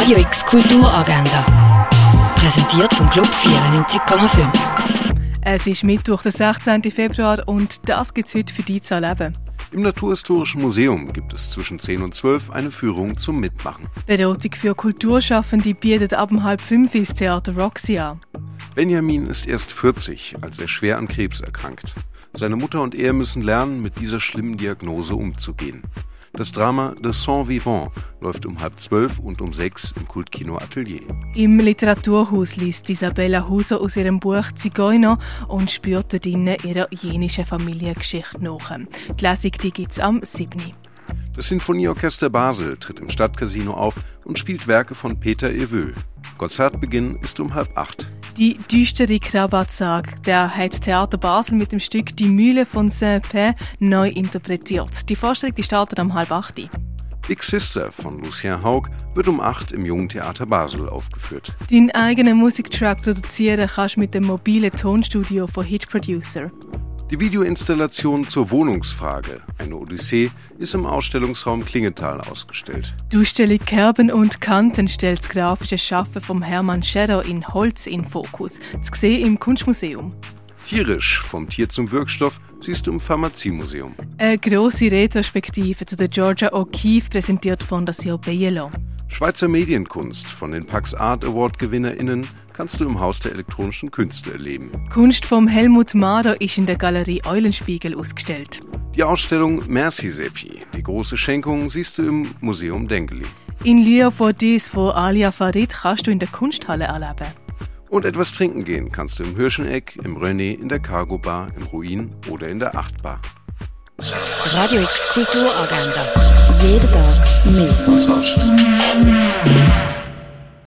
Radio X Kulturagenda. Präsentiert vom Club 94,5. Es ist Mittwoch, der 16. Februar und das gibt es heute für dich zu erleben. Im Naturhistorischen Museum gibt es zwischen 10 und 12 eine Führung zum Mitmachen. Beratung für Kulturschaffende bietet ab 4:30 das Theater Roxy an. Benjamin ist erst 40, als er schwer an Krebs erkrankt. Seine Mutter und er müssen lernen, mit dieser schlimmen Diagnose umzugehen. Das Drama De Sang Vivant läuft um 11:30 und um 6 im Kultkino Atelier. Im Literaturhaus liest Isabella Huso aus ihrem Buch Zigeuner und spürt dort ihrer jenischen Familiengeschichte nach. Die Lesung gibt es am 7. Das Sinfonieorchester Basel tritt im Stadtcasino auf und spielt Werke von Peter Eveux. Konzertbeginn ist um 7:30. Die düstere Krabatsage, der hat Theater Basel mit dem Stück Die Mühle von Saint-Pé neu interpretiert. Die Vorstellung startet um 7:30. Big Sister von Lucien Haug wird um 8 im Jungen Theater Basel aufgeführt. Deinen eigenen Musiktrack produzieren kannst du mit dem mobilen Tonstudio von Hit Producer. Die Videoinstallation zur Wohnungsfrage, eine Odyssee, ist im Ausstellungsraum Klingenthal ausgestellt. Die Ausstellung Kerben und Kanten stellt das grafische Schaffen von Hermann Scherrer in Holz in Fokus, zu sehen im Kunstmuseum. Tierisch, vom Tier zum Wirkstoff, siehst du im Pharmaziemuseum. Eine grosse Retrospektive zu der Georgia O'Keeffe, präsentiert von der Bielo. Schweizer Medienkunst von den Pax Art Award GewinnerInnen kannst du im Haus der elektronischen Künste erleben. Kunst vom Helmut Mader ist in der Galerie Eulenspiegel ausgestellt. Die Ausstellung Merci Seppi, die große Schenkung, siehst du im Museum Dengeli. In Lieu for This von Alia Farid kannst du in der Kunsthalle erleben. Und etwas trinken gehen kannst du im Hirscheneck, im René, in der Cargo Bar, im Ruin oder in der 8 Bar. Radio X Kulturagenda. Jeden Tag mehr.